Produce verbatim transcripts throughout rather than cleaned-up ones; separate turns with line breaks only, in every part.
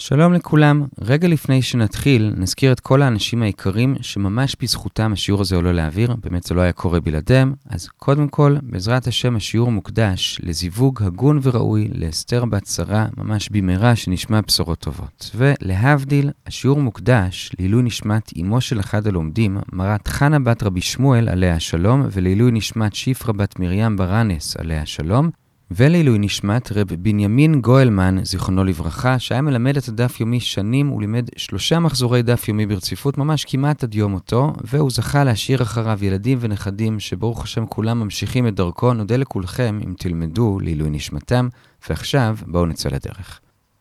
שלום לכולם, רגע לפני שנתחיל נזכיר את כל האנשים העיקרים שממש בזכותם השיעור הזה עולה לאוויר, באמת זה לא היה קורה בלעדיהם, אז קודם כל, בעזרת השם השיעור מוקדש לזיווג הגון וראוי לאסתר בת שרה, ממש במהרה שנשמע בשורות טובות. ולהבדיל, השיעור מוקדש לעילוי נשמת אמו של אחד הלומדים, מרת חנה בת רבי שמואל עליה השלום, ולעילוי נשמת שפרה בת מרים ברנס עליה השלום, ולעילוי נשמת רב בנימין גואלמן, זיכרונו לברכה, שהיה מלמד את הדף יומי שנים, הוא לימד שלושה מחזורי דף יומי ברציפות, ממש כמעט עד יום מותו, והוא זכה להשאיר אחריו ילדים ונכדים, שברוך השם כולם ממשיכים את דרכו. נודה לכולכם אם תלמדו לעילוי נשמתם, ועכשיו בואו נצא לדרך.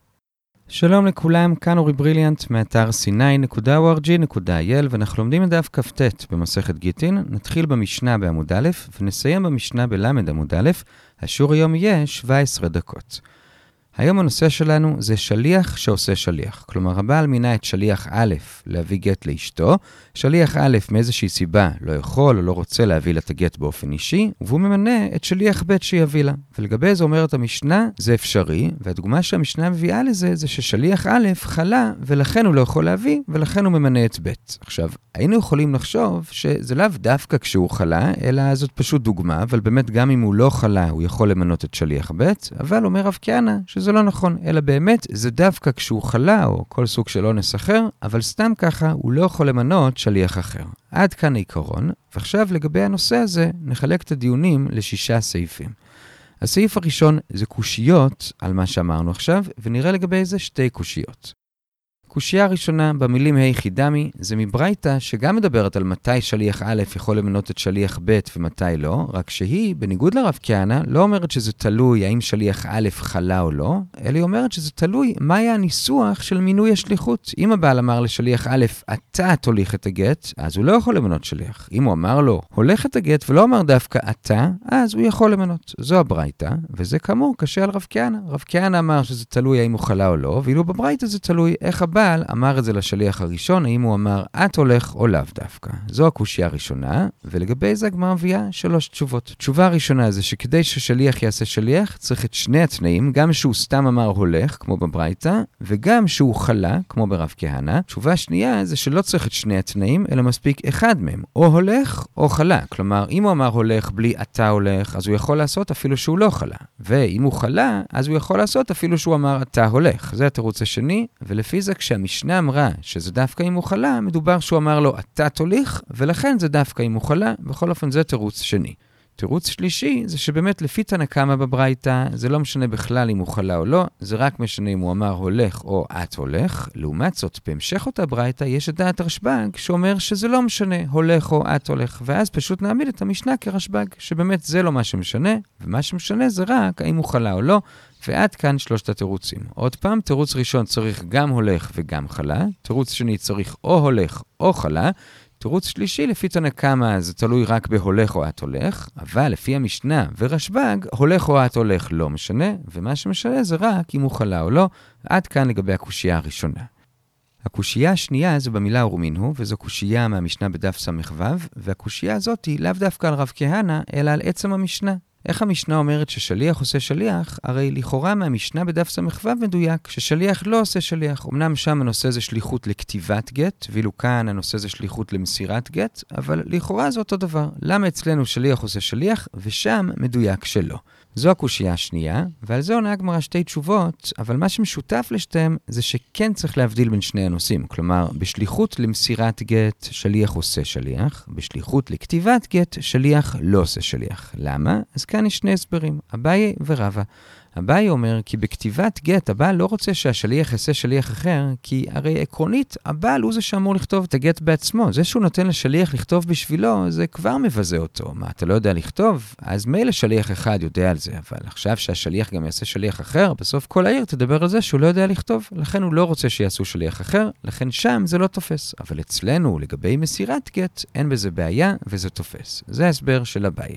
שלום לכולם, כאן אורי בריליאנט מאתר סיני נקודה או אר ג'י נקודה איי אל, ואנחנו לומדים את דף כ"ט במסכת גיטין. נתחיל במשנה בעמוד א' ונסיים במשנה בלמד עמוד א'. השיעור היום יהיה שבע עשרה דקות. היום הנושא שלנו זה שליח שעושה שליח. כלומר, הבעל מינה את שליח א' להביא גט לאשתו. שליח א' מאיזושהי סיבה לא יכול או לא רוצה להביא לה את הגט באופן אישי, והוא ממנה את שליח ב' שיביא לה. ולגבי זה אומרת המשנה, זה אפשרי, והדוגמה שהמשנה מביאה לזה זה ששליח א' חלה, ולכן הוא לא יכול להביא, ולכן הוא ממנה את ב'. עכשיו, היינו יכולים לחשוב שזה לאו דווקא כשהוא חלה, אלא זאת פשוט דוגמה, אבל באמת גם אם הוא לא חלה, הוא יכול למנות את שליח ב', אבל אומר רב כהנא שזה לא נכון, אלא באמת זה דווקא כשהוא חלה, או כל סוג של אונס אחר, אבל סתם ככה הוא לא יכול למנות שליח אחר. עד כאן העיקרון, ועכשיו לגבי הנושא הזה נחלק את הדיונים לשישה סעיפים. הסעיף הראשון זה קושיות על מה שאמרנו עכשיו, ונראה לגבי זה שתי קושיות. קושייה הראשונה במילים ה' חידמי זה מברייתא שגם מדברת על מתי שליח א' יכול למנות את שליח ב' ומתי לא, רק שהיא, בניגוד לרב כהנא, לא אומרת שזה תלוי האם שליח א' חלה או לא, אלא היא אומרת שזה תלוי מה היה הניסוח של מינוי השליחות. אם הבעל אמר לשליח א', אתה תוליך את הגט, אז הוא לא יכול למנות שליח. אם הוא אמר לו, הולך את הגט ולא אמר דווקא אתה, אז הוא יכול למנות. זו הברייתא, וזה כאמור קשה על רב כהנא. רב כהנא אמר שזה תלוי האם הוא חלה או לא, ואילו בברייתא זה תלוי איך הבעל אמר את זה לשליח הראשון, האם הוא אמר את הולך או לאו דווקא. זו הקושיה הראשונה, ולגבי זה הגמרא מביאה שלוש תשובות. תשובה הראשונה זה שכדי ששליח יעשה שליח, צריך את שני התנאים, גם שהוא סתם אמר הולך, כמו בברייתא, וגם שהוא חלה, כמו ברב כהנא. תשובה שנייה זה שלא צריך את שני התנאים, אלא מספיק אחד מהם, או הולך או חלה. כלומר, אם הוא אמר הולך בלי אתה הולך, אז הוא יכול לעשות אפילו שהוא לא חלה. ואם הוא חלה, אז הוא יכול לעשות אפילו שהוא אמר אתה הולך. זה התירוץ השני, ולפי זה כשהמשנה אמרה שזה דווקא אם הוא חלה, מדובר שהוא אמר לו אתה תוליך, ולכן זה דווקא אם הוא חלה. בכל אופן זה תירוץ שני. תירוץ שלישי זה שבאמת לפי תנא קמא בברייתא זה לא משנה בכלל אם הוא חלה או לא, זה רק משנה אם הוא אמר הולך או את הולך. לעומת זאת, בהמשך אותה ברייתא יש את דעת רשב"ג שאומר שזה לא משנה הולך או את הולך, ואז פשוט נעמיד את המשנה כרשב"ג, שבאמת זה לא מה שמשנה, ומה שמשנה זה רק האם הוא חלה או לא. ועד כאן שלושת התירוצים. עוד פעם, תירוץ ראשון צריך גם הולך וגם חלה, תירוץ שני צריך או הולך או חלה, תירוץ שלישי לפי תנא קמא זה תלוי רק בהולך או את הולך, אבל לפי המשנה ורשב"ג, הולך או את הולך לא משנה, ומה שמשנה זה רק אם הוא חלה או לא. עד כאן לגבי הקושייה הראשונה. הקושייה השנייה זה במילה ורמינהו, וזו קושייה מהמשנה בדף ס"ו, והקושייה הזאת היא לאו דווקא על רב כהנא, אלא על עצם המשנה. איך המשנה אומרת ששליח עושה שליח? הרי לכאורה מהמשנה בדף ס"ו מדויק ששליח לא עושה שליח. אמנם שם הנושא זה שליחות לכתיבת גט, ואילו כאן הנושא זה שליחות למסירת גט, אבל לכאורה זה אותו דבר. למה אצלנו שליח עושה שליח, ושם מדויק שלא? זו הקושייה השנייה, ועל זה עונה הגמרא שתי תשובות, אבל מה שמשותף לשתיהם זה שכן צריך להבדיל בין שני הנושאים. כלומר, בשליחות למסירת גט, שליח עושה שליח, בשליחות לכתיבת גט, שליח לא עושה שליח. למה? אז כאן יש שני הסברים, אביי ורבא. אביי אומר כי בכתיבת גט הבעל לא רוצה שהשליח יעשה שליח אחר, כי הרי עקרונית הבעל הוא זה שאמור לכתוב את הגט בעצמו. זה שהוא נותן לשליח לכתוב בשבילו, זה כבר מבזה אותו. מה, אתה לא יודע לכתוב? אז מילא שליח אחד יודע על זה, אבל עכשיו שהשליח גם יעשה שליח אחר, בסוף כל העיר תדבר על זה שהוא לא יודע לכתוב. לכן הוא לא רוצה שיעשו שליח אחר, לכן שם זה לא תופס. אבל אצלנו, לגבי מסירת גט, אין בזה בעיה וזה תופס. זה ההסבר של אביי.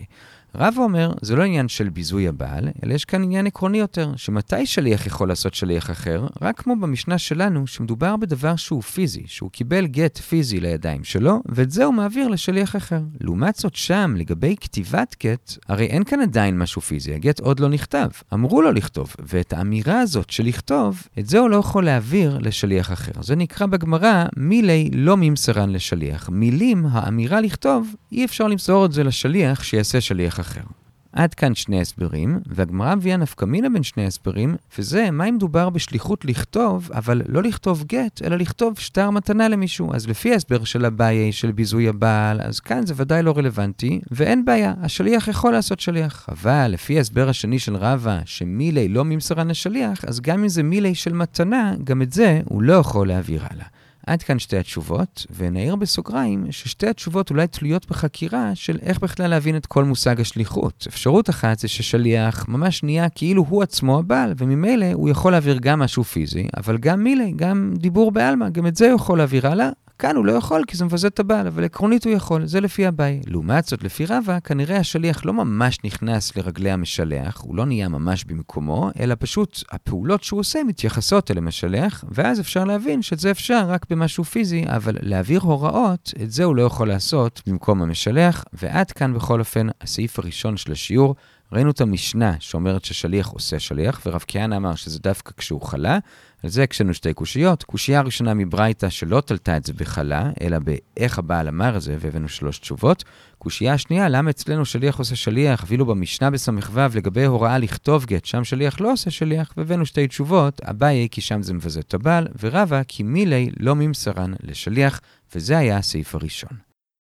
רב אומר, זה לא עניין של ביזוי הבעל, אלא יש כאן עניין עקרוני יותר, שמתי שליח יכול לעשות שליח אחר, רק כמו במשנה שלנו, שמדובר בדבר שהוא פיזי, שהוא קיבל גט פיזי לידיים שלו, ואת זה הוא מעביר לשליח אחר. לעומת זאת שם, לגבי כתיבת גט, הרי אין כאן עדיין משהו פיזי, הגט עוד לא נכתב. אמרו לו לכתוב, ואת האמירה הזאת של לכתוב, את זה הוא לא יכול להעביר לשליח אחר. זה נקרא בגמרא, מילי לא ממסרן לשליח. מילים, האמירה לכתוב, אי אפשר למסור את זה לשליח שיעשה שליח אחר. עד כאן שני הסברים, והגמרא מביאה נפקא מינה בין שני הסברים, וזה מה אם מדובר בשליחות לכתוב, אבל לא לכתוב גט, אלא לכתוב שטר מתנה למישהו. אז לפי ההסבר של הבעיה, של ביזוי הבעל, אז כאן זה ודאי לא רלוונטי, ואין בעיה, השליח יכול לעשות שליח. אבל לפי ההסבר השני של רבא, שמילי לא ממסרן לשליח, אז גם אם זה מילי של מתנה, גם את זה הוא לא יכול להעביר הלאה. עד כאן שתי התשובות, ונעיר בסוגריים ששתי התשובות אולי תלויות בחקירה של איך בכלל להבין את כל מושג השליחות. אפשרות אחת זה ששליח ממש נהיה כאילו הוא עצמו הבעל, וממילא הוא יכול להעביר גם משהו פיזי, אבל גם מילי, גם דיבור בעלמא, גם את זה הוא יכול להעביר הלאה. כאן הוא לא יכול כי זה מבזה את הבעל, אבל עקרונית הוא יכול, זה לפי הבעיה. לעומת זאת, לפי רבא, כנראה השליח לא ממש נכנס לרגלי המשלח, הוא לא נהיה ממש במקומו, אלא פשוט הפעולות שהוא עושה מתייחסות אל המשלח, ואז אפשר להבין שזה אפשר רק במשהו פיזי, אבל להעביר הוראות, את זה הוא לא יכול לעשות במקום המשלח, ועד כאן בכל אופן הסעיף הראשון של השיעור, ראינו את המשנה שאומרת ששליח עושה שליח, ורב כהנא אמר שזה דווקא כשהוא חלה, על זה הקשנו שתי קושיות. קושייה הראשונה מברייתא שלא תלתה את זה בחלה, אלא באיך הבעל אמר את זה, והבאנו שלוש תשובות. קושייה השנייה, למה אצלנו שליח עושה שליח, אפילו במשנה בסמ"ו לגבי הוראה לכתוב גט, שם שליח לא עושה שליח, והבאנו שתי תשובות, אביי כי שם זה מבזה את הבעל, ורבא כי מילי לא ממסרן לשליח, וזה היה הסעיף הראשון.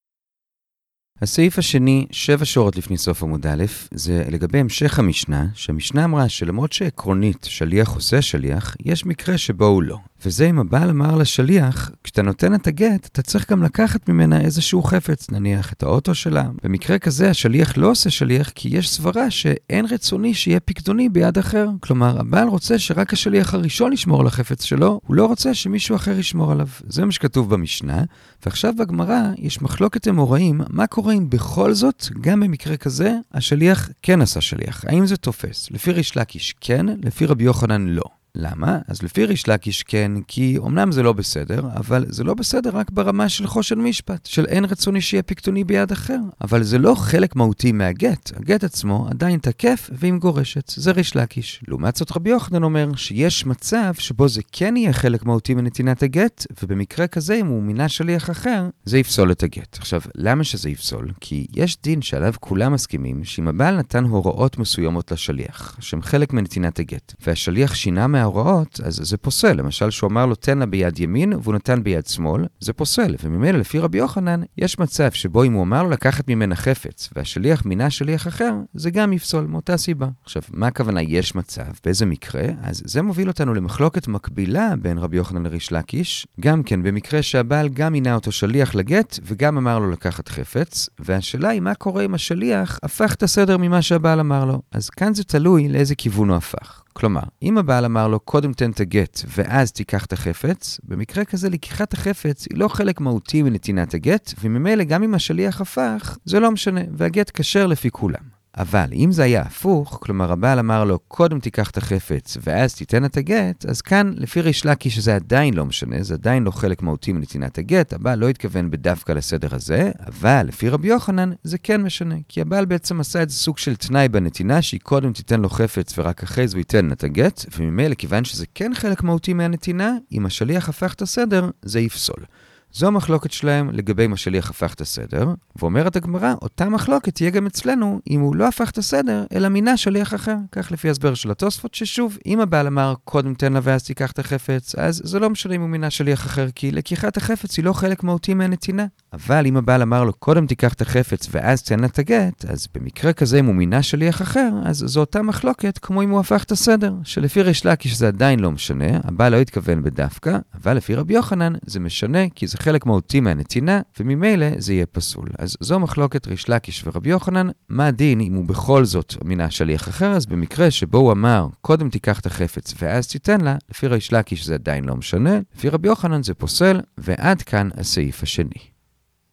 הסעיף השני, שבע שורות לפני סוף עמוד א', זה לגבי המשך המשנה, שהמשנה אמרה שלמרות שעקרונית שליח עושה שליח, יש מקרה שבו הוא לא. וזה אם הבעל אמר לשליח, כשאתה נותן את הגט, אתה צריך גם לקחת ממנה איזשהו חפץ, נניח את האוטו שלה. במקרה כזה, השליח לא עושה שליח, כי יש סברה שאין רצוני שיהיה פקדוני ביד אחר. כלומר, הבעל רוצה שרק השליח הראשון ישמור על החפץ שלו, הוא לא רוצה שמישהו אחר ישמור עליו. זה מה שכתוב במשנה, ועכשיו בגמרא יש מחלוקת אמוראים, מה קורה אם בכל זאת, גם במקרה כזה, השליח כן עשה שליח. האם זה תופס? לפי ריש לקיש כן, לפי רבי יוחנן לא. למה? אז לפי ריש לקיש כן, כי אמנם זה לא בסדר, אבל זה לא בסדר רק ברמה של חושן משפט, של אין רצוני שיהיה פקדוני ביד אחר. אבל זה לא חלק מהותי מהגט. הגט עצמו עדיין תקף ועם גורשת. זה ריש לקיש. לעומת זאת רבי יוחנן אומר שיש מצב שבו זה כן יהיה חלק מהותי מנתינת הגט, ובמקרה כזה אם הוא מינה שליח אחר, זה יפסול את הגט. עכשיו, למה שזה יפסול? כי יש דין שעליו כולם מסכימים שאם הבעל נתן הוראות מסוימות לשליח, שהם חלק מנתינת הגט, והשליח שינה מההוראות, אז זה פוסל. למשל, שהוא אמר לו תן לה ביד ימין, והוא נתן ביד שמאל, זה פוסל. וממילא לפי רבי יוחנן, יש מצב שבו אם הוא אמר לו לקחת ממנה חפץ, והשליח מינה שליח אחר, זה גם יפסול, מאותה סיבה. עכשיו, מה הכוונה יש מצב? באיזה מקרה? אז זה מוביל אותנו למחלוקת מקבילה בין רבי יוחנן לריש לקיש, גם כן במקרה שהבעל גם מינה אותו שליח לגט, וגם אמר לו לקחת חפץ, והשאלה היא מה קורה אם השליח הפך את הסדר ממה שהבעל אמר לו. אז כאן זה תלוי לאיזה כיוון הוא הפך. כלומר, אם הבעל אמר לו קודם תן את הגט ואז תיקח את החפץ, במקרה כזה לקיחת החפץ היא לא חלק מהותי מנתינת הגט, וממילא גם אם השליח הפך, זה לא משנה, והגט כשר לפי כולם. אבל אם זה היה הפוך, כלומר הבעל אמר לו קודם תיקח את החפץ ואז תיתן את הגט, אז כאן לפי ריש לקיש שזה עדיין לא משנה, זה עדיין לא חלק מהותי מנתינת הגט, הבעל לא התכוון בדווקא לסדר הזה, אבל לפי רבי יוחנן זה כן משנה, כי הבעל בעצם עשה את זה סוג של תנאי בנתינה, שהיא קודם תיתן לו חפץ ורק אחרי זה הוא ייתן את הגט, וממילא כיוון שזה כן חלק מהותי מהנתינה, אם השליח הפך את הסדר, זה יפסול. זו המחלוקת שלהם לגבי מה שליח הפך את הסדר, ואומרת הגמרא, אותה מחלוקת תהיה גם אצלנו אם הוא לא הפך את הסדר, אלא מינה שליח אחר. כך לפי הסבר של התוספות, ששוב, אם הבעל אמר קודם תן לה ואז תיקח את החפץ, אז זה לא משנה אם הוא מינה שליח אחר, כי לקיחת החפץ היא לא חלק מהותי מהנתינה. אבל אם הבעל אמר לו קודם תיקח את החפץ ואז תן לה את הגט, אז במקרה כזה אם הוא מינה שליח אחר, אז זו אותה מחלוקת כמו אם הוא הפך את הסדר, שלפי ריש לקיש זה עדיין לא משנה, הבעל לא התכוון בדווקא, אבל לפי רבי יוחנן זה משנה, כי זה חלק מהותי מהנתינה, וממילא זה יהיה פסול. אז זו מחלוקת ריש לקיש ורבי יוחנן, מה הדין אם הוא בכל זאת מינה שליח אחר, אז במקרה שבו הוא אמר, קודם תיקח את החפץ ואז תיתן לה, לפי ריש לקיש זה עדיין לא משנה, לפי רבי יוחנן זה פוסל, ועד כאן הסעיף השני.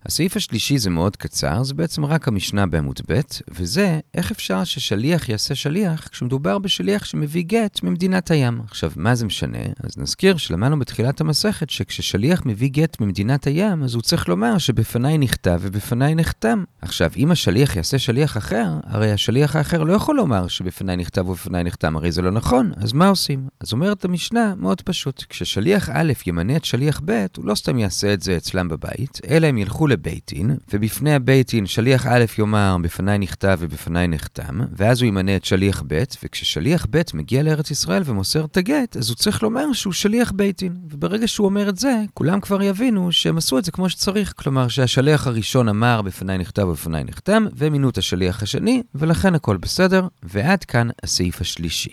הסעיף השלישי זה מאוד קצר, זה בעצם רק המשנה בעמוד ב', וזה איך אפשר ששליח יעשה שליח כשמדובר בשליח שמביא גט ממדינת הים. עכשיו, מה זה משנה? אז נזכיר שלמדנו בתחילת המסכת שכששליח מביא גט ממדינת הים, אז הוא צריך לומר שבפניי נכתב ובפניי נחתם. עכשיו, אם השליח יעשה שליח אחר, הרי השליח האחר לא יכול לומר שבפניי נכתב ובפניי נחתם, הרי זה לא נכון. אז מה עושים? אז אומרת המשנה מאוד פשוט, כששליח א' ימנה את שליח ב', הוא לא סתם יעשה את זה אצלם בבית, אלא הם ילכו לבית דין, ובפני הבית דין שליח א' יאמר בפניי נכתב ובפניי נחתם, ואז הוא ימנה את שליח ב', וכששליח ב' מגיע לארץ ישראל ומוסר את הגט, אז הוא צריך לומר שהוא שליח בית דין. וברגע שהוא אומר את זה, כולם כבר יבינו שהם עשו את זה כמו שצריך, כלומר שהשליח הראשון אמר בפניי נכתב ובפניי נחתם, ומינו את השליח השני, ולכן הכל בסדר, ועד כאן הסעיף השלישי.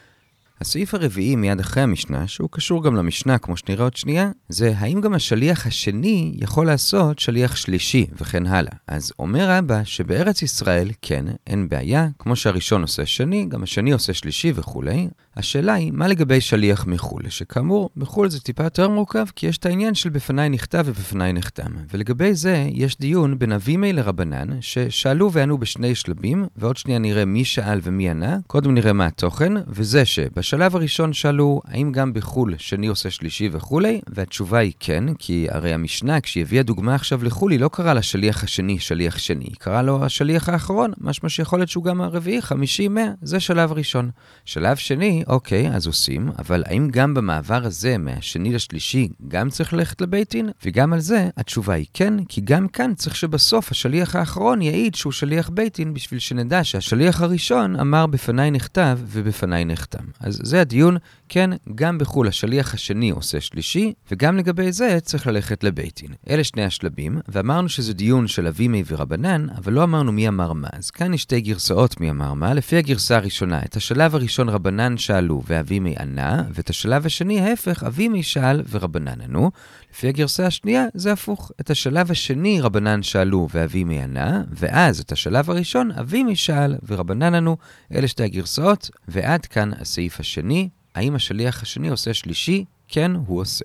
הסעיף הרביעי מיד אחרי המשנה, שהוא קשור גם למשנה כמו שנראה עוד שנייה, זה האם גם השליח השני יכול לעשות שליח שלישי וכן הלאה. אז אומר אבא שבארץ ישראל כן, אין בעיה, כמו שהראשון עושה שני, גם השני עושה שלישי וכו'. השאלה היא, מה לגבי שליח מחול? שכאמור, מחול זה טיפה יותר מורכב, כי יש את העניין של בפניי נכתב ובפניי נחתם. ולגבי זה, יש דיון בין אבימי לרבנן, ששאלו וענו בשני שלבים, ועוד שנייה נראה מי שאל ומי ענה. קודם נראה מה התוכן, וזה שבשלב הראשון שאלו, האם גם בחול שני עושה שלישי וכו', והתשובה היא כן, כי הרי המשנה, כשהיא הביאה דוגמה עכשיו לחול, היא לא קרא לשליח השני שליח שני, היא קרא לו השליח האחרון, משמע שיכול להיות שהוא גם הרביעי, חמישי, מאה, זה שלב ראשון. שלב שני, אוקיי, אז עושים, אבל האם גם במעבר הזה, מהשני לשלישי, גם צריך ללכת לבית דין? וגם על זה, התשובה היא כן, כי גם כאן צריך שבסוף השליח האחרון יעיד שהוא שליח בית דין, בשביל שנדע שהשליח הראשון אמר בפניי נכתב ובפניי נחתם. אז זה הדיון, כן, גם בחול השליח השני עושה שלישי, וגם לגבי זה צריך ללכת לבית דין. אלה שני השלבים, ואמרנו שזה דיון של אבימי ורבנן, אבל לא אמרנו מי אמר מה. אז כאן יש שתי גרסאות מי אמר מה. לפי הגרסה הראשונה, את השלב הראשון רבנן שאלו ואבימי ענה, ואת השלב השני ההפך, אבימי שאל ורבנן ענו. לפי הגרסה השנייה זה הפוך. את השלב השני רבנן שאלו ואבימי ענה, ואז את השלב הראשון אבימי שאל ורבנן ענו. אלה שתי הגרסאות, ועד כאן הסעיף השני. האם השליח השני עושה שלישי? כן, הוא עושה.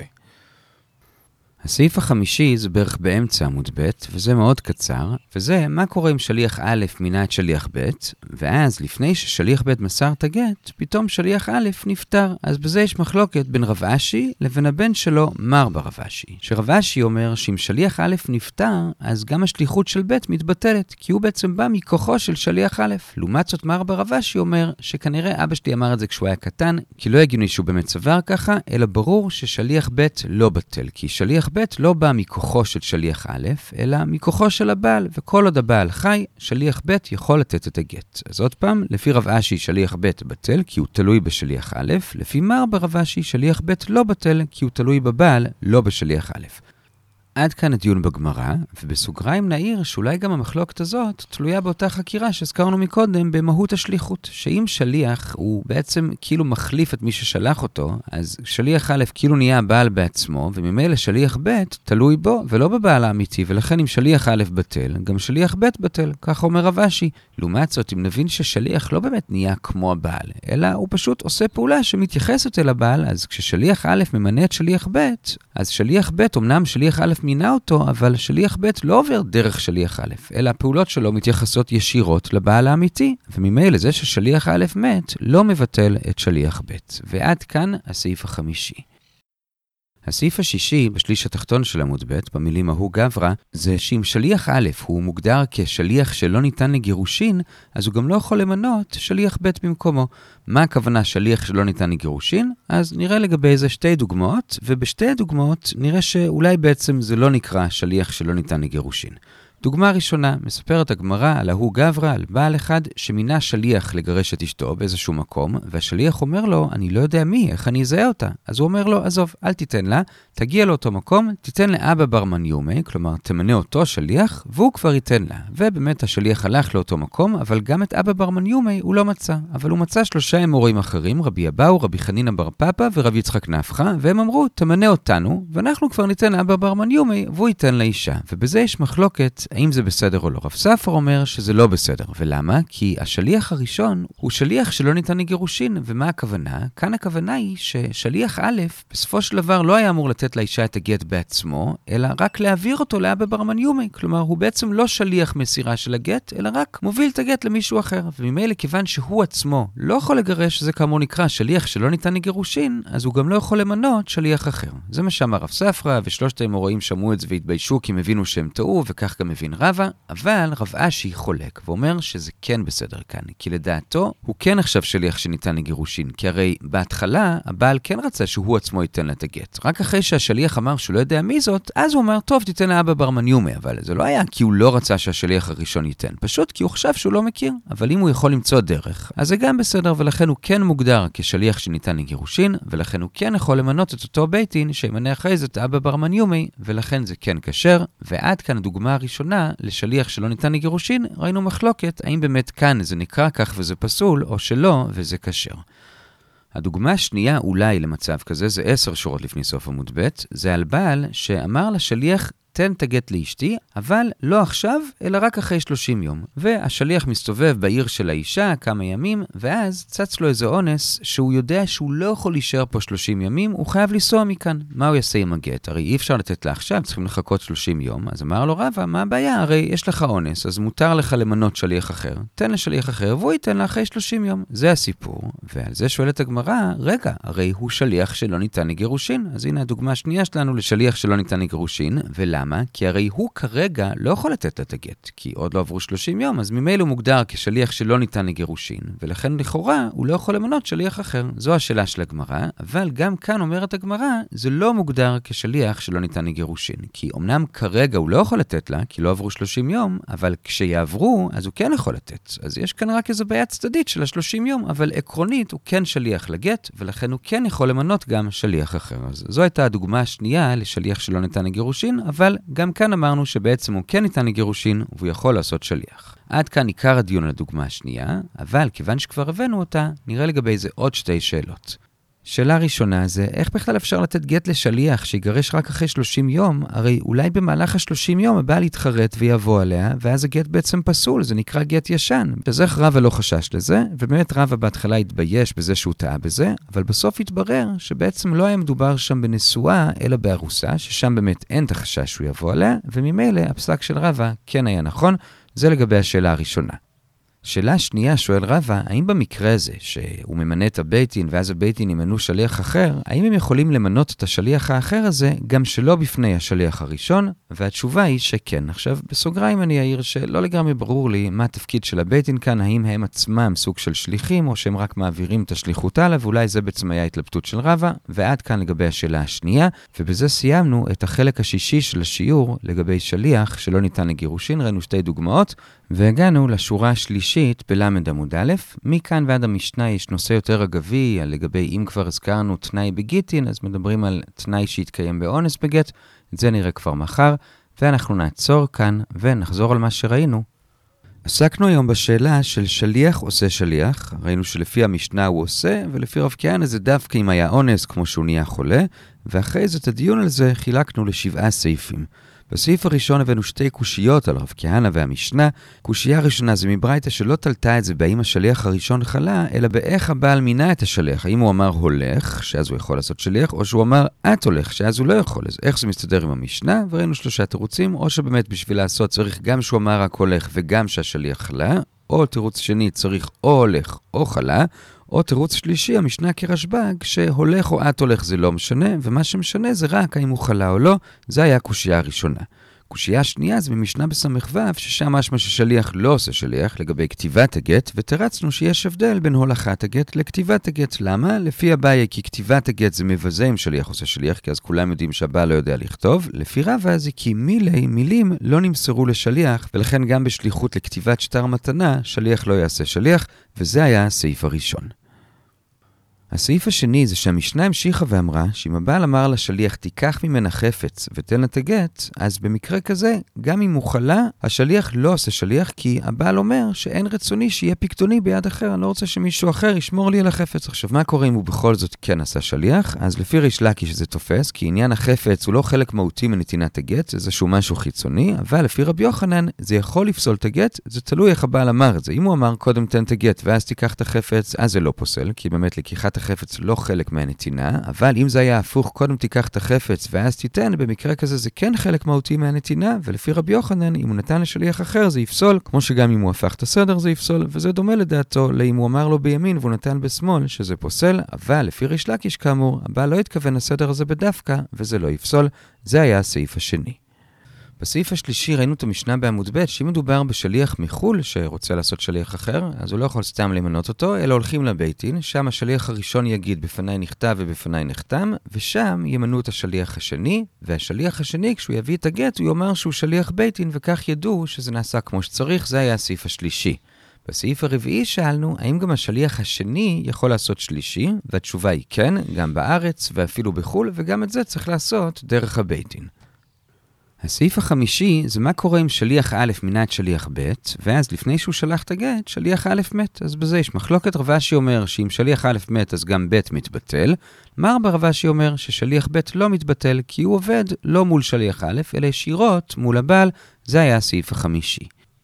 הסעיף החמישי זה בערך באמצע עמוד ב', וזה מאוד קצר, וזה מה קורה אם שליח א' מינה את שליח ב', ואז לפני ששליח ב' מסר את הגט, פתאום שליח א' נפטר. אז בזה יש מחלוקת בין רב אשי לבין הבן שלו מר ברב אשי. שרב אשי אומר שאם שליח א' נפטר, אז גם השליחות של ב' מתבטלת, כי הוא בעצם בא מכוחו של שליח א'. לעומת זאת מר ברב אשי אומר שכנראה אבא שלי אמר את זה כשהוא היה קטן, כי לא הגיוני שהוא באמת סבר ככה, אלא ברור ששליח ב' לא בטל, כי שליח ב' לא בא מכוחו של שליח א', אלא מכוחו של הבעל, וכל עוד הבעל חי, שליח ב' יכול לתת את הגט. אז עוד פעם, לפי רב אשי שליח ב' בטל, כי הוא תלוי בשליח א', לפי מר ברב אשי שליח ב' לא בטל, כי הוא תלוי בבעל, לא בשליח א'. עד כאן הדיון בגמרא, ובסוגריים נעיר שאולי גם המחלוקת הזאת תלויה באותה חקירה שהזכרנו מקודם במהות השליחות, שאם שליח הוא בעצם כאילו מחליף את מי ששלח אותו, אז שליח א' כאילו נהיה הבעל בעצמו, וממילא שליח ב' תלוי בו ולא בבעל האמיתי, ולכן אם שליח א' בטל, גם שליח ב' בטל, כך אומר רב אשי. לעומת זאת, אם נבין ששליח לא באמת נהיה כמו הבעל, אלא הוא פשוט עושה פעולה שמתייחסת אל הבעל, אז כששליח א' ממנה את שליח ב', אז שליח ב' אמנם שליח א' מינה אותו, אבל שליח ב' לא עובר דרך שליח א', אלא הפעולות שלו מתייחסות ישירות לבעל האמיתי, וממילא זה ששליח א' מת לא מבטל את שליח ב'. ועד כאן הסעיף החמישי. הסעיף השישי, בשליש התחתון של עמוד ב', במילים ההוא גברא, זה שאם שליח א' הוא מוגדר כשליח שלא ניתן לגירושין, אז הוא גם לא יכול למנות שליח ב' במקומו. מה הכוונה שליח שלא ניתן לגירושין? אז נראה לגבי זה שתי דוגמאות, ובשתי הדוגמאות נראה שאולי בעצם זה לא נקרא שליח שלא ניתן לגירושין. דוגמה ראשונה, מספרת הגמרא על ההוא גברא, על בעל אחד שמינה שליח לגרש את אשתו באיזשהו מקום, והשליח אומר לו, אני לא יודע מי, איך אני אזהה אותה? אז הוא אומר לו, עזוב, אל תיתן לה, תגיע לאותו מקום, תיתן לאבא בר מניומי, כלומר, תמנה אותו שליח, והוא כבר ייתן לה. ובאמת השליח הלך לאותו מקום, אבל גם את אבא בר מניומי הוא לא מצא. אבל הוא מצא שלושה אמוראים אחרים, רבי אבאו, רבי חנינא בר פפא ורבי יצחק נפחא, והם אמרו, תמנה אותנו, ואנחנו כבר ניתן לאבא בר מניומי, והוא ייתן לאישה. ובזה יש מחלוקת האם זה בסדר או לא? רב ספר אומר שזה לא בסדר. ולמה? כי השליח הראשון הוא שליח שלא ניתן לגירושין. ומה הכוונה? כאן הכוונה היא ששליח א' בסופו של דבר לא היה אמור לתת לאישה את הגט בעצמו, אלא רק להעביר אותו לאבא בר מניומי. כלומר, הוא בעצם לא שליח מסירה של הגט, אלא רק מוביל את הגט למישהו אחר. וממילא כיוון שהוא עצמו לא יכול לגרש, זה כאמור נקרא שליח שלא ניתן לגירושין, אז הוא גם לא יכול למנות שליח אחר. זה מה שאמר רב ספרא, ושלושת האמוראים שמעו את זה והתביישו כי הם הבינו שהם טעו, וכך גם מבין רבא, אבל רב אשי חולק ואומר שזה כן בסדר כאן, כי לדעתו הוא כן עכשיו שליח שניתן לגירושין, כי הרי בהתחלה הבעל כן רצה שהוא עצמו ייתן לה את הגט. רק אחרי שהשליח אמר שהוא לא יודע מי זאת, אז הוא אומר, טוב, תיתן לאבא בר מניומי, אבל זה לא היה כי הוא לא רצה שהשליח הראשון ייתן, פשוט כי הוא חשב שהוא לא מכיר. אבל אם הוא יכול למצוא דרך, אז זה גם בסדר, ולכן הוא כן מוגדר כשליח שניתן לגירושין, ולכן הוא כן יכול למנות את אותו בית דין שימנה אחרי זה את אבא בר מניומי, ולכן זה כן כשר. ועד כאן הדוגמה הראשונה לשליח שלא ניתן לגירושין, ראינו מחלוקת האם באמת כאן זה נקרא כך וזה פסול, או שלא וזה כשר. הדוגמה השנייה אולי למצב כזה, זה עשר שורות לפני סוף עמוד ב', זה על בעל שאמר לשליח, תן את הגט לאשתי, אבל לא עכשיו, אלא רק אחרי שלושים יום. והשליח מסתובב בעיר של האישה כמה ימים, ואז צץ לו איזה אונס שהוא יודע שהוא לא יכול להישאר פה שלושים ימים, הוא חייב לנסוע מכאן. מה הוא יעשה עם הגט? הרי אי אפשר לתת לה עכשיו, צריכים לחכות שלושים יום. אז אמר לו רבא, מה הבעיה? הרי יש לך אונס, אז מותר לך למנות שליח אחר. תן לשליח אחר, והוא ייתן לה אחרי שלושים יום. זה הסיפור. ועל זה שואלת הגמרא, רגע, הרי הוא שליח שלא ניתן לגירושין. אז הנה הדוגמה השנייה שלנו לשליח שלא ניתן לגירושין. ולמה? כי הרי הוא כרגע לא יכול לתת את הגט, כי עוד לא עברו שלושים יום, אז ממילא הוא מוגדר כשליח שלא ניתן לגירושין, ולכן לכאורה הוא לא יכול למנות שליח אחר. זו השאלה של הגמרא, אבל גם כאן אומרת הגמרא, זה לא מוגדר כשליח שלא ניתן לגירושין, כי אמנם כרגע הוא לא יכול לתת לה, כי לא עברו שלושים יום, אבל כשיעברו, אז הוא כן יכול לתת. אז יש כאן רק איזו בעיה צדדית של ה-שלושים יום, אבל עקרונית הוא כן שליח לגט, ולכן הוא כן יכול למנות גם שליח אחר. אז זו הייתה הדוגמה השנייה לשליח שלא ניתן לגירושין, אבל גם כאן אמרנו שבעצם הוא כן ניתן לגירושין, והוא יכול לעשות שליח. עד כאן עיקר הדיון על הדוגמה השנייה, אבל כיוון שכבר הבאנו אותה, נראה לגבי זה עוד שתי שאלות. שאלה ראשונה זה, איך בכלל אפשר לתת גט לשליח שיגרש רק אחרי שלושים יום? הרי אולי במהלך ה-שלושים יום הבעל יתחרט ויבוא עליה, ואז הגט בעצם פסול, זה נקרא גט ישן. בזך רבא לא חשש לזה, ובאמת רבא בהתחלה התבייש בזה שהוא טעה בזה, אבל בסוף התברר שבעצם לא היה מדובר שם בנשואה, אלא בארוסה, ששם באמת אין את החשש שהוא יבוא עליה, וממילא הפסק של רבא כן היה נכון. זה לגבי השאלה הראשונה. שאלה שנייה שואל רבא, האם במקרה הזה שהוא ממנה את הבית דין ואז הבית דין ימנו שליח אחר, האם הם יכולים למנות את השליח האחר הזה גם שלא בפני השליח הראשון? והתשובה היא שכן. עכשיו, בסוגריים אני אעיר שלא לגמרי ברור לי מה התפקיד של הבית דין כאן, האם הם עצמם סוג של שליחים או שהם רק מעבירים את השליחות הלאה, ואולי זה בעצם היה התלבטות של רבא. ועד כאן לגבי השאלה השנייה, ובזה סיימנו את החלק השישי של השיעור לגבי שליח שלא ניתן לגירושין. ראינו שתי דוגמאות, והגענו לשורה השלישית בלמד עמוד א'. מכאן ועד המשנה יש נושא יותר אגבי, לגבי אם כבר הזכרנו תנאי בגיטין, אז מדברים על תנאי שהתקיים באונס בגט, את זה נראה כבר מחר, ואנחנו נעצור כאן ונחזור על מה שראינו. עסקנו היום בשאלה של שליח עושה שליח, ראינו שלפי המשנה הוא עושה, ולפי רב כהנא זה דווקא אם היה אונס כמו שהוא נהיה חולה, ואחרי זה את הדיון על זה חילקנו לשבעה סעיפים. בסעיף הראשון הבאנו שתי קושיות על רב כהנא והמשנה. קושייה הראשונה זה מברייתא שלא תלתה את זה באם השליח הראשון חלה, אלא באיך הבעל מינה את השליח. האם הוא אמר הולך, שאז הוא יכול לעשות שליח, או שהוא אמר את הולך, שאז הוא לא יכול. אז איך זה מסתדר עם המשנה? וראינו שלושה תירוצים, או שבאמת בשביל לעשות צריך גם שהוא אמר רק הולך וגם שהשליח חלה, או תירוץ שני צריך או הולך או חלה, או תירוץ שלישי, המשנה כרשב"ג, שהולך או את הולך זה לא משנה, ומה שמשנה זה רק האם הוא חלה או לא. זה היה הקושייה הראשונה. קושייה השנייה זה במשנה בסמך ו', ששם משמע ששליח לא עושה שליח לגבי כתיבת הגט, ותרצנו שיש הבדל בין הולכת הגט לכתיבת הגט. למה? לפי אביי כי כתיבת הגט זה מבזה אם שליח עושה שליח, כי אז כולם יודעים שהבעל לא יודע לכתוב. לפי רבא זה כי מילי, מילים לא נמסרו לשליח, ולכן גם בשליחות לכתיבת שטר מתנה, שליח לא יעשה שליח, וזה היה הסעיף הראשון. הסעיף השני זה שהמשנה המשיכה ואמרה שאם הבעל אמר לשליח תיקח ממנה חפץ ותן לה את הגט, אז במקרה כזה, גם אם הוא חלה, השליח לא עושה שליח, כי הבעל אומר שאין רצוני שיהיה פיקדוני ביד אחר, אני לא רוצה שמישהו אחר ישמור לי על החפץ. עכשיו, מה קורה אם הוא בכל זאת כן עשה שליח? אז לפי ריש לקיש שזה תופס, כי עניין החפץ הוא לא חלק מהותי מנתינת הגט, זה שהוא משהו חיצוני, אבל לפי רבי יוחנן זה יכול לפסול את הגט, זה תלוי איך הבעל אמר את זה. אם הוא אמר קודם תן את הגט ואז תיקח את החפץ, אז זה לא פוסל, כי באמת לקיחת החפץ לא חלק מהנתינה, אבל אם זה היה הפוך, קודם תיקח את החפץ ואז תיתן, במקרה כזה זה כן חלק מהותי מהנתינה, ולפי רבי יוחנן, אם הוא נתן לשליח אחר זה יפסול, כמו שגם אם הוא הפך את הסדר זה יפסול, וזה דומה לדעתו לאם הוא אמר לו בימין והוא נתן בשמאל, שזה פוסל, אבל לפי ריש לקיש כאמור, הבעל לא התכוון לסדר הזה בדווקא, וזה לא יפסול. זה היה הסעיף השני. בסעיף השלישי ראינו את המשנה בעמוד ב' שאם מדובר בשליח מחול שרוצה לעשות שליח אחר, אז הוא לא יכול סתם למנות אותו, אלא הולכים לבית דין, שם השליח הראשון יגיד בפניי נכתב ובפניי נחתם, ושם ימנו את השליח השני, והשליח השני כשהוא יביא את הגט הוא יאמר שהוא שליח בית דין, וכך ידעו שזה נעשה כמו שצריך. זה היה הסעיף השלישי. בסעיף הרביעי שאלנו, האם גם השליח השני יכול לעשות שלישי? והתשובה היא כן, גם בארץ ואפילו בחול, וגם את זה צריך לעשות דרך הבית דין. הסעיף החמישי זה מה קורה אם שליח א' מינה את שליח ב', ואז לפני שהוא שלח את הגט, שליח א' מת. אז בזה יש מחלוקת. רב אשי אומר שאם שליח א' מת אז גם ב' מתבטל. מר ברב אשי אומר ששליח ב' לא מתבטל, כי הוא עובד לא מול שליח א', אלא ישירות מול הבעל. זה היה הסעיף החמישי.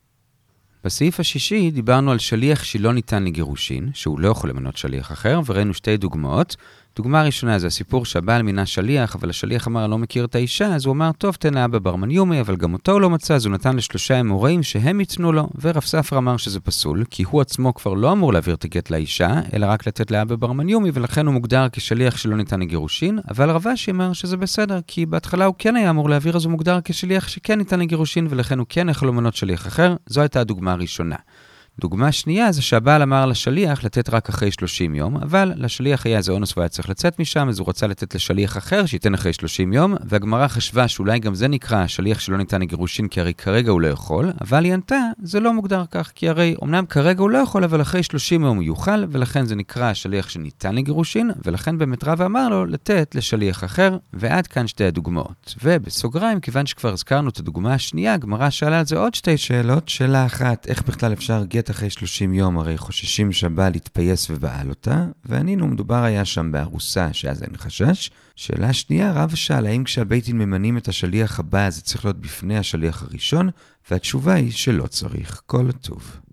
בסעיף השישי דיברנו על שליח שלא ניתן לגירושין, שהוא לא יכול למנות שליח אחר, וראינו שתי דוגמאות. דוגמה ראשונה זה הסיפור שהבעל מינה שליח, אבל השליח אמר לא מכיר את האישה, אז הוא אמר טוב תן לאבא ברמניומי, אבל גם אותו הוא לא מצא, אז הוא נתן לשלושה אמוראים שהם ייתנו לו, ורב ספר אמר שזה פסול, כי הוא עצמו כבר לא אמור להעביר את הגט לאישה, אלא רק לתת לאבא ברמניומי, ולכן הוא מוגדר כשליח שלא ניתן לגירושין. אבל רב אשי אמר שזה בסדר, כי בהתחלה הוא כן היה אמור להעביר, אז הוא מוגדר כשליח שכן ניתן לגירושין, ולכן הוא כן יכול למנות שליח אחר. זו הייתה הדוגמה הראשונה. דוגמה שנייה זה שהבעל אמר לשליח לתת רק אחרי שלושים יום, אבל לשליח היה איזה אונס והיה צריך לצאת משם, אז הוא רצה לתת לשליח אחר שייתן אחרי שלושים יום, והגמרא חשבה שאולי גם זה נקרא שליח שלא ניתן לגירושין, כי הרי כרגע הוא לא יכול, אבל היא ענתה, זה לא מוגדר כך, כי הרי אמנם כרגע הוא לא יכול, אבל אחרי שלושים יום הוא יוכל, ולכן זה נקרא שליח שניתן לגירושין, ולכן באמת רב אמר לו לתת לשליח אחר, ועד כאן שתי הדוגמאות. ובסוגריים, כיוון שכבר הזכרנו את הדוגמה השנייה, הגמרא שאלה על זה עוד שתי שאלות. שאלה אחת, איך בכלל אפשר גט אחרי שלושים יום, הרי חוששים שהבעל יתפייס ובעל אותה, וענינו מדובר היה שם בארוסה שאז אין חשש. שאלה שנייה, רב שאל האם כשהבית דין ממנים את השליח הבא זה צריך להיות בפני השליח הראשון, והתשובה היא שלא צריך. כל טוב.